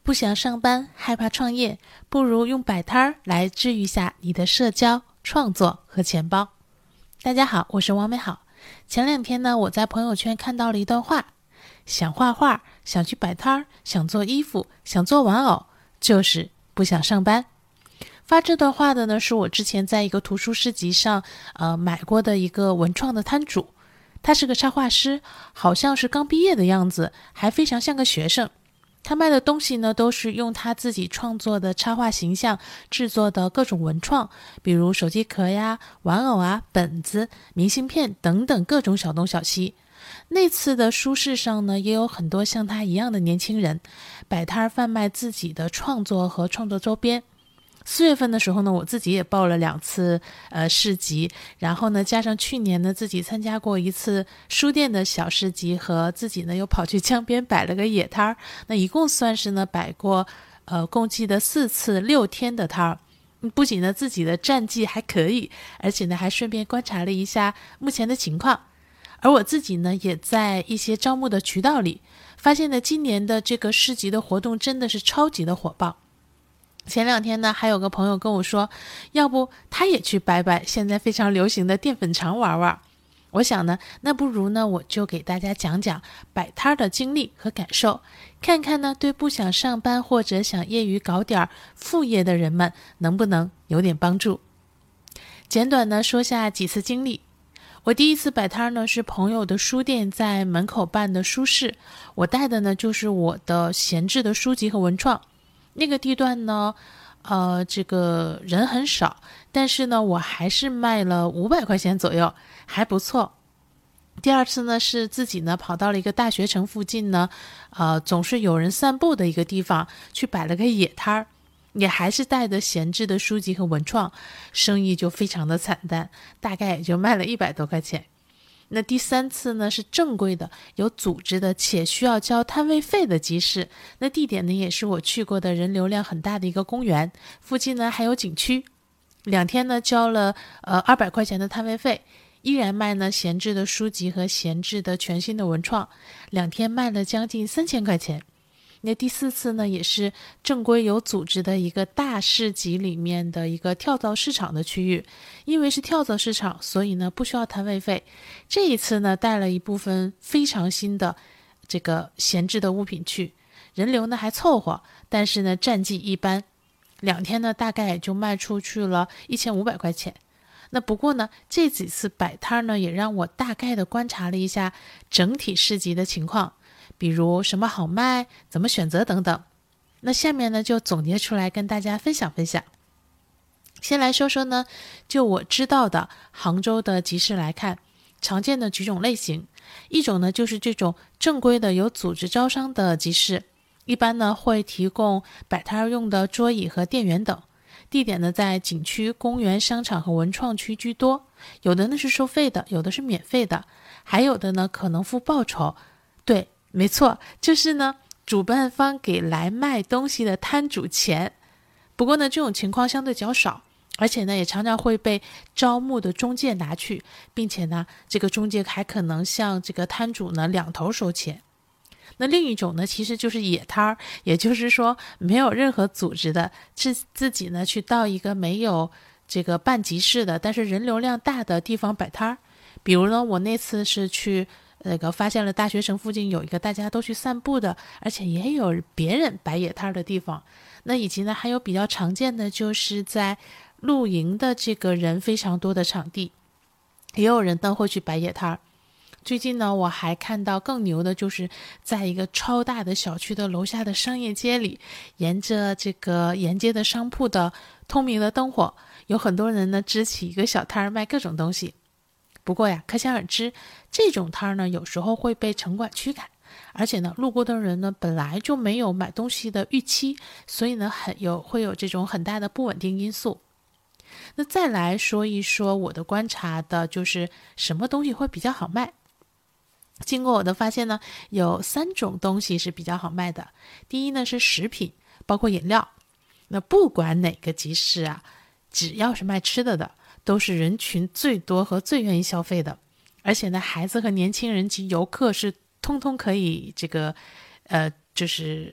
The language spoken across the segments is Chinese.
不想上班，害怕创业，不如用摆摊儿来治愈下你的社交、创作和钱包。大家好，我是王美好。前2天呢，我在朋友圈看到了一段话：想画画，想去摆摊儿，想做衣服，想做玩偶，就是不想上班。发这段话的呢，是我之前在一个图书市集上买过的一个文创的摊主。他是个插画师，好像是刚毕业的样子，还非常像个学生。他卖的东西呢，都是用他自己创作的插画形象制作的各种文创，比如手机壳呀、玩偶啊、本子、明信片等等各种小东小西。那次的书市上呢，也有很多像他一样的年轻人，摆摊贩卖自己的创作和创作周边。4月份的时候呢，我自己也报了2次市集，然后呢，加上去年呢自己参加过1次书店的小市集，和自己呢又跑去江边摆了个野摊儿，那一共算是呢摆过共计的4次6天的摊儿。不仅呢自己的战绩还可以，而且呢还顺便观察了一下目前的情况。而我自己呢也在一些招募的渠道里发现呢，今年的这个市集的活动真的是超级的火爆。前2天呢，还有个朋友跟我说，要不他也去摆摆现在非常流行的淀粉肠玩玩。我想呢，那不如呢，我就给大家讲讲摆摊的经历和感受，看看呢，对不想上班或者想业余搞点副业的人们，能不能有点帮助。简短呢说下几次经历。我第一次摆摊呢，是朋友的书店在门口办的书市，我带的呢就是我的闲置的书籍和文创。那个地段呢，这个人很少，但是呢，我还是卖了500块钱左右，还不错。第2次呢，是自己呢跑到了一个大学城附近呢，总是有人散步的一个地方，去摆了个野摊儿，也还是带着闲置的书籍和文创，生意就非常的惨淡，大概也就卖了100多块钱。那第3次呢，是正规的、有组织的且需要交摊位费的集市。那地点呢，也是我去过的人流量很大的一个公园，附近呢还有景区。2天呢，交了200块钱的摊位费，依然卖呢闲置的书籍和闲置的全新的文创，2天卖了将近3000块钱。那第4次呢，也是正规有组织的一个大市集里面的一个跳蚤市场的区域，因为是跳蚤市场，所以呢不需要摊位费。这一次呢，带了一部分非常新的这个闲置的物品去，人流呢还凑合，但是呢战绩一般。2天呢大概也就卖出去了1500块钱。那不过呢，这几次摆摊呢，也让我大概的观察了一下整体市集的情况，比如什么好卖，怎么选择等等。那下面呢就总结出来跟大家分享分享。先来说说呢，就我知道的杭州的集市来看，常见的几种类型。一种呢就是这种正规的有组织招商的集市，一般呢会提供摆摊用的桌椅和店员等，地点呢在景区、公园、商场和文创区居多，有的呢是收费的，有的是免费的，还有的呢可能付报酬。对，没错，就是呢主办方给来卖东西的摊主钱。不过呢这种情况相对较少，而且呢也常常会被招募的中介拿去，并且呢这个中介还可能向这个摊主呢2头收钱。那另一种呢其实就是野摊儿，也就是说没有任何组织的，是自己呢去到一个没有这个办集市的但是人流量大的地方摆摊儿。比如呢我那次是去发现了大学城附近有一个大家都去散步的，而且也有别人摆野摊的地方。那以及呢还有比较常见的就是在露营的这个人非常多的场地，也有人呢会去摆野摊。最近呢我还看到更牛的，就是在一个超大的小区的楼下的商业街里，沿着这个沿街的商铺的通明的灯火，有很多人呢支起一个小摊卖各种东西。不过呀，可想而知，这种摊呢有时候会被城管驱赶，而且呢路过的人呢本来就没有买东西的预期，所以呢会有这种很大的不稳定因素。那再来说一说我的观察的，就是什么东西会比较好卖。经过我的发现呢，有3种东西是比较好卖的。第一呢是食品，包括饮料。那不管哪个集市啊，只要是卖吃的的，都是人群最多和最愿意消费的。而且呢，孩子和年轻人及游客是通通可以这个就是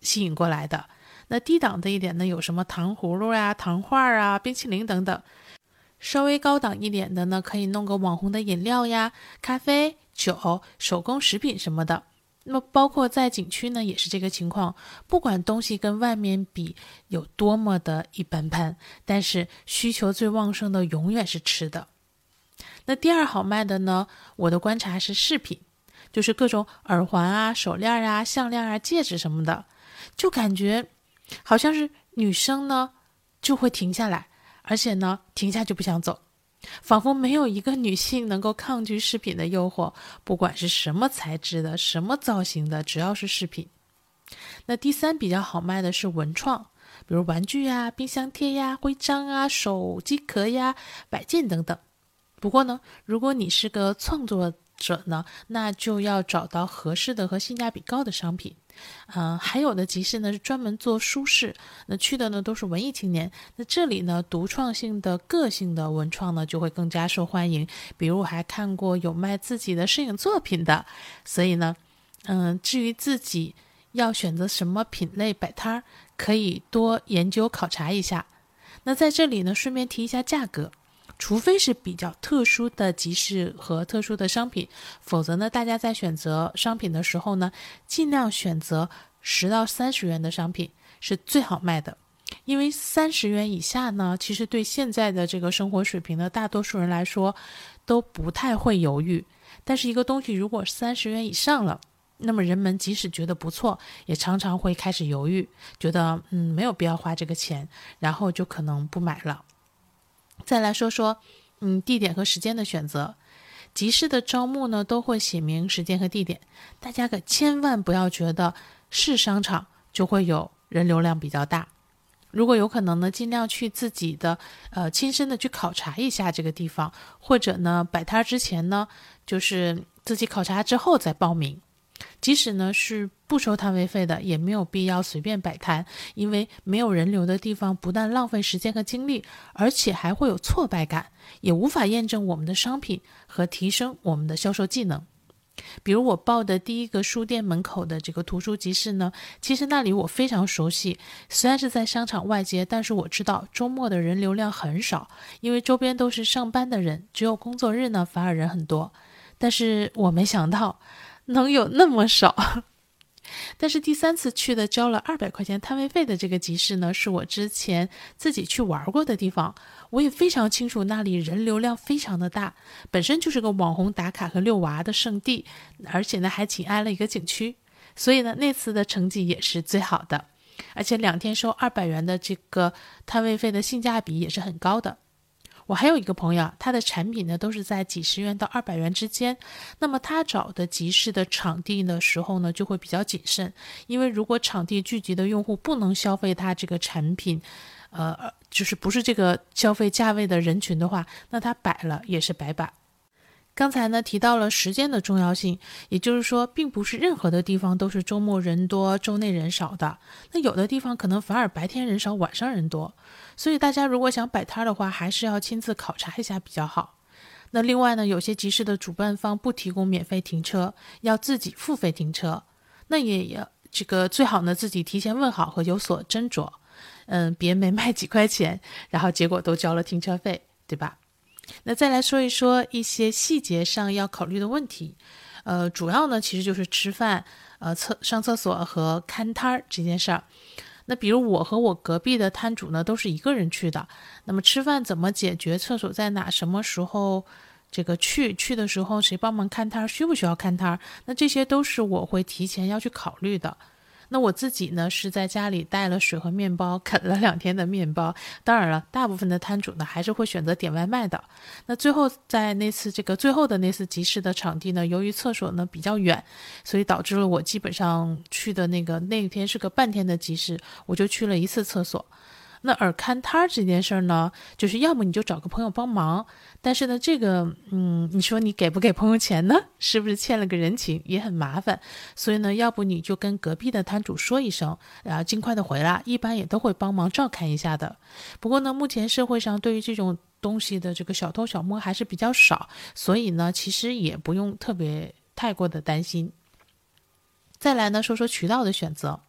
吸引过来的。那低档的一点呢，有什么糖葫芦啊、糖画啊、冰淇淋等等。稍微高档一点的呢，可以弄个网红的饮料呀、咖啡、酒、手工食品什么的。那么包括在景区呢，也是这个情况。不管东西跟外面比有多么的一般般，但是需求最旺盛的永远是吃的。那第二好卖的呢，我的观察是饰品，就是各种耳环啊、手链啊、项链啊、戒指什么的，就感觉好像是女生呢就会停下来，而且呢停下就不想走，仿佛没有一个女性能够抗拒饰品的诱惑，不管是什么材质的、什么造型的，只要是饰品。那第三比较好卖的是文创，比如玩具呀、冰箱贴呀、徽章啊、手机壳呀、摆件等等。不过呢，如果你是个创作者呢，那就要找到合适的和性价比高的商品。还有的集市呢是专门做书市，那去的呢都是文艺青年。那这里呢，独创性的、个性的文创呢就会更加受欢迎。比如我还看过有卖自己的摄影作品的，所以呢，至于自己要选择什么品类摆摊，可以多研究考察一下。那在这里呢，顺便提一下价格。除非是比较特殊的集市和特殊的商品，否则呢，大家在选择商品的时候呢，尽量选择10到30元的商品是最好卖的。因为30元以下呢，其实对现在的这个生活水平的大多数人来说都不太会犹豫。但是一个东西如果30元以上了，那么人们即使觉得不错，也常常会开始犹豫，觉得没有必要花这个钱，然后就可能不买了。再来说说地点和时间的选择。集市的招募呢都会写明时间和地点，大家可千万不要觉得是商场就会有人流量比较大。如果有可能呢，尽量去自己的亲身的去考察一下这个地方，或者呢摆摊之前呢，就是自己考察之后再报名。即使呢是不收摊位费的，也没有必要随便摆摊，因为没有人流的地方不但浪费时间和精力，而且还会有挫败感，也无法验证我们的商品和提升我们的销售技能。比如我报的第一个书店门口的这个图书集市呢，其实那里我非常熟悉，虽然是在商场外街，但是我知道周末的人流量很少，因为周边都是上班的人，只有工作日呢反而人很多。但是我没想到能有那么少。但是第3次去的交了200块钱摊位费的这个集市呢，是我之前自己去玩过的地方，我也非常清楚那里人流量非常的大，本身就是个网红打卡和遛娃的圣地，而且呢还紧挨了一个景区，所以呢那次的成绩也是最好的，而且2天收200元的这个摊位费的性价比也是很高的。我还有一个朋友，他的产品呢都是在几十元到200元之间，那么他找的集市的场地的时候呢就会比较谨慎，因为如果场地聚集的用户不能消费他这个产品，就是不是这个消费价位的人群的话，那他摆了也是白摆。刚才呢提到了时间的重要性，也就是说并不是任何的地方都是周末人多周内人少的，那有的地方可能反而白天人少晚上人多，所以大家如果想摆摊的话，还是要亲自考察一下比较好。那另外呢，有些集市的主办方不提供免费停车，要自己付费停车，那也这个最好呢自己提前问好和有所斟酌，别没卖几块钱，然后结果都交了停车费，对吧？那再来说一说一些细节上要考虑的问题，主要呢其实就是吃饭、上厕所和看摊这件事儿。那比如我和我隔壁的摊主呢都是一个人去的，那么吃饭怎么解决，厕所在哪，什么时候这个去的时候谁帮忙看摊，需不需要看摊，那这些都是我会提前要去考虑的。那我自己呢是在家里带了水和面包，啃了2天的面包。当然了，大部分的摊主呢还是会选择点外卖的。那最后在最后的那次集市的场地呢，由于厕所呢比较远，所以导致了我基本上去的那天是个半天的集市，我就去了1次厕所。那而看摊这件事呢，就是要么你就找个朋友帮忙，但是呢这个你说你给不给朋友钱呢，是不是欠了个人情，也很麻烦。所以呢要不你就跟隔壁的摊主说一声，然后尽快的回来，一般也都会帮忙照看一下的。不过呢目前社会上对于这种东西的这个小偷小摸还是比较少，所以呢其实也不用太过的担心。再来呢说说渠道的选择。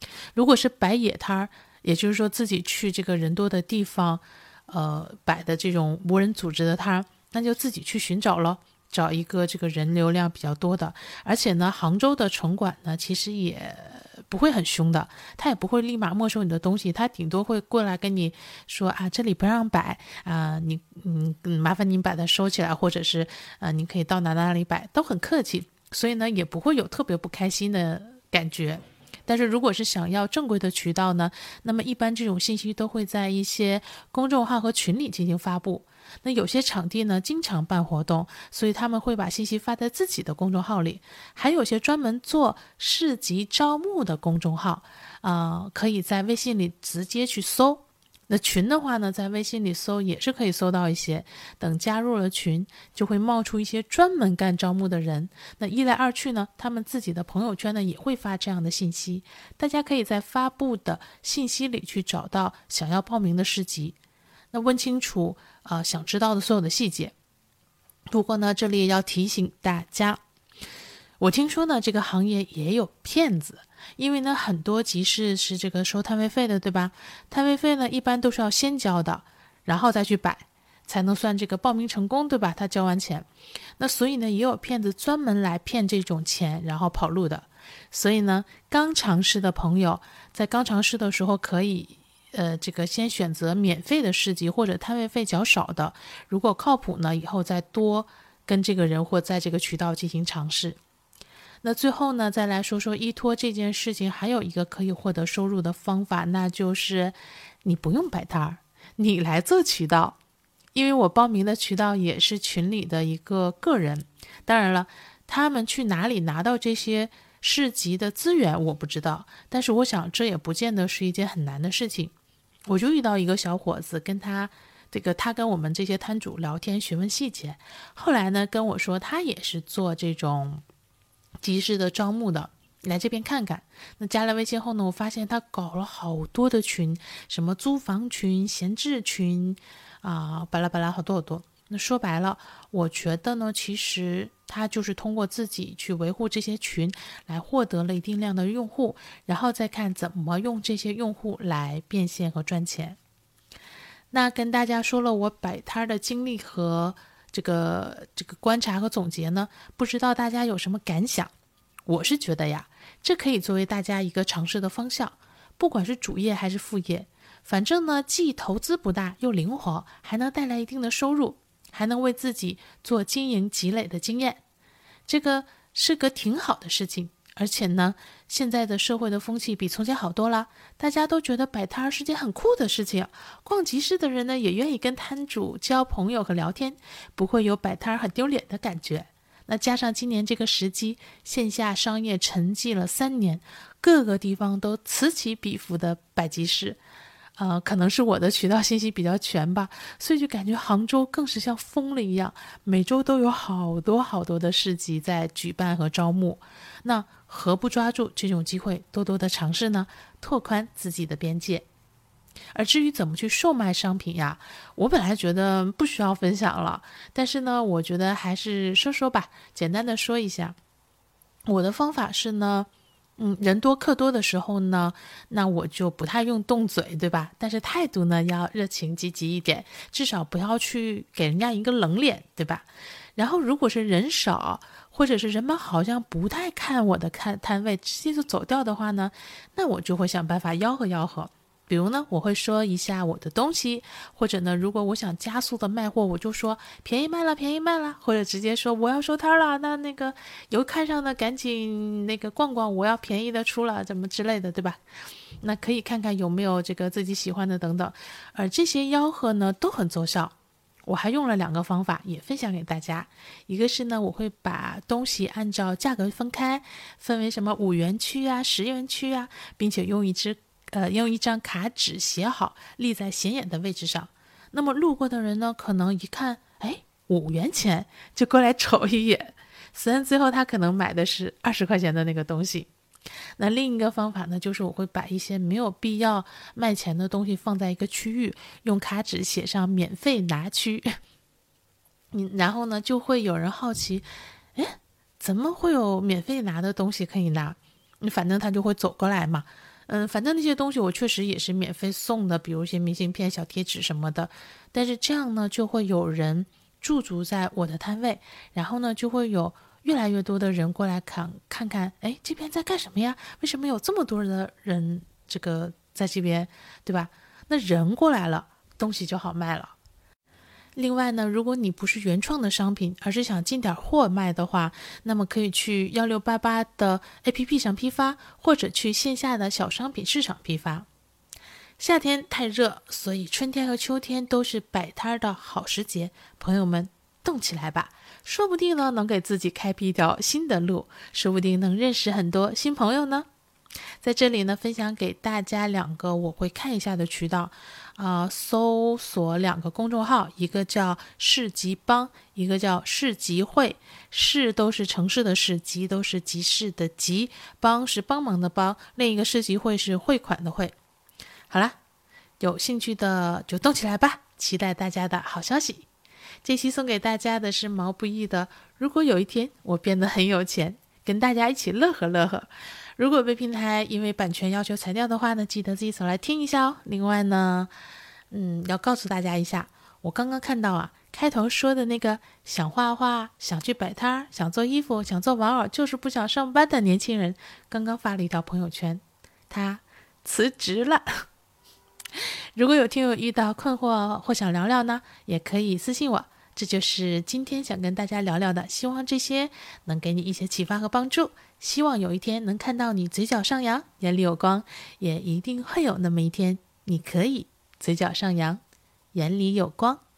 如果是摆野摊儿，也就是说自己去这个人多的地方摆的这种无人组织的摊儿，那就自己去寻找咯，找一个这个人流量比较多的。而且呢，杭州的城管呢其实也不会很凶的，他也不会立马没收你的东西，他顶多会过来跟你说啊，这里不让摆啊，麻烦您把它收起来，或者是您可以到哪里摆，都很客气，所以呢也不会有特别不开心的感觉。但是如果是想要正规的渠道呢，那么一般这种信息都会在一些公众号和群里进行发布。那有些场地呢经常办活动，所以他们会把信息发在自己的公众号里，还有些专门做市集招募的公众号可以在微信里直接去搜。那群的话呢，在微信里搜也是可以搜到一些，等加入了群就会冒出一些专门干招募的人。那一来二去呢，他们自己的朋友圈呢也会发这样的信息，大家可以在发布的信息里去找到想要报名的市集，那问清楚想知道的所有的细节。不过呢，这里也要提醒大家，我听说呢这个行业也有骗子，因为呢很多集市是这个收摊位费的，对吧？摊位费呢一般都是要先交的，然后再去摆才能算这个报名成功，对吧？他交完钱，那所以呢也有骗子专门来骗这种钱然后跑路的。所以呢刚尝试的朋友在刚尝试的时候可以这个先选择免费的市集或者摊位费较少的，如果靠谱呢以后再多跟这个人或在这个渠道进行尝试。那最后呢，再来说说依托这件事情，还有一个可以获得收入的方法，那就是你不用摆摊儿，你来做渠道。因为我报名的渠道也是群里的一个个人，当然了，他们去哪里拿到这些市集的资源我不知道，但是我想这也不见得是一件很难的事情。我就遇到一个小伙子，他跟我们这些摊主聊天询问细节，后来呢跟我说他也是做这种集市的招募的，来这边看看。那加了微信后呢，我发现他搞了好多的群，什么租房群、闲置群巴拉巴拉好多好多。那说白了，我觉得呢，其实他就是通过自己去维护这些群，来获得了一定量的用户，然后再看怎么用这些用户来变现和赚钱。那跟大家说了我摆摊的经历和这个观察和总结呢，不知道大家有什么感想？我是觉得呀，这可以作为大家一个尝试的方向，不管是主业还是副业，反正呢既投资不大又灵活，还能带来一定的收入，还能为自己做经营积累的经验，这个是个挺好的事情。而且呢，现在的社会的风气比从前好多了，大家都觉得摆摊是件很酷的事情，逛集市的人呢也愿意跟摊主交朋友和聊天，不会有摆摊很丢脸的感觉。那加上今年这个时机，线下商业沉寂了3年，各个地方都此起彼伏的摆集市，可能是我的渠道信息比较全吧，所以就感觉杭州更是像疯了一样，每周都有好多好多的市集在举办和招募。那何不抓住这种机会，多多的尝试呢？拓宽自己的边界。而至于怎么去售卖商品呀，我本来觉得不需要分享了，但是呢，我觉得还是说吧，简单的说一下。我的方法是呢，人多客多的时候呢，那我就不太用动嘴，对吧？但是态度呢要热情积极一点，至少不要去给人家一个冷脸，对吧？然后如果是人少，或者是人们好像不太看我的摊位，直接就走掉的话呢，那我就会想办法吆喝。比如呢，我会说一下我的东西，或者呢，如果我想加速的卖货，我就说便宜卖了，或者直接说我要收摊了，那个有看上的赶紧那个逛逛，我要便宜的出了，怎么之类的，对吧？那可以看看有没有这个自己喜欢的等等。而这些吆喝呢都很奏效。我还用了2个方法，也分享给大家。一个是呢，我会把东西按照价格分开，分为什么5元区啊、10元区啊，并且用一张卡纸写好，立在显眼的位置上。那么路过的人呢，可能一看，5元钱就过来瞅一眼，虽然最后他可能买的是20块钱的那个东西。那另一个方法呢，就是我会把一些没有必要卖钱的东西放在一个区域，用卡纸写上免费拿区。然后呢，就会有人好奇，怎么会有免费拿的东西可以拿？反正他就会走过来嘛。 反正那些东西我确实也是免费送的，比如一些明信片、小贴纸什么的。但是这样呢，就会有人驻足在我的摊位，然后呢，就会有越来越多的人过来看看，哎，这边在干什么呀？为什么有这么多的人在这边，对吧？那人过来了，东西就好卖了。另外呢，如果你不是原创的商品，而是想进点货卖的话，那么可以去1688的 APP 上批发，或者去线下的小商品市场批发。夏天太热，所以春天和秋天都是摆摊的好时节，朋友们动起来吧，说不定呢能给自己开辟一条新的路，说不定能认识很多新朋友呢。在这里呢，分享给大家2个我会看一下的渠道，搜索2个公众号，一个叫市集帮，一个叫市集会。市都是城市的市，集都是集市的集，帮是帮忙的帮，另一个市集会是汇款的汇。好啦，有兴趣的就动起来吧，期待大家的好消息。这期送给大家的是毛不易的《如果有一天我变得很有钱》，跟大家一起乐呵乐呵。如果被平台因为版权要求裁掉的话呢，记得自己走来听一下哦。另外呢，要告诉大家一下，我刚刚看到开头说的那个想画画、想去摆摊、想做衣服、想做玩偶，就是不想上班的年轻人，刚刚发了一条朋友圈，他辞职了。如果有听友遇到困惑或想聊聊呢，也可以私信我。这就是今天想跟大家聊聊的，希望这些能给你一些启发和帮助。希望有一天能看到你嘴角上扬，眼里有光，也一定会有那么一天，你可以嘴角上扬，眼里有光。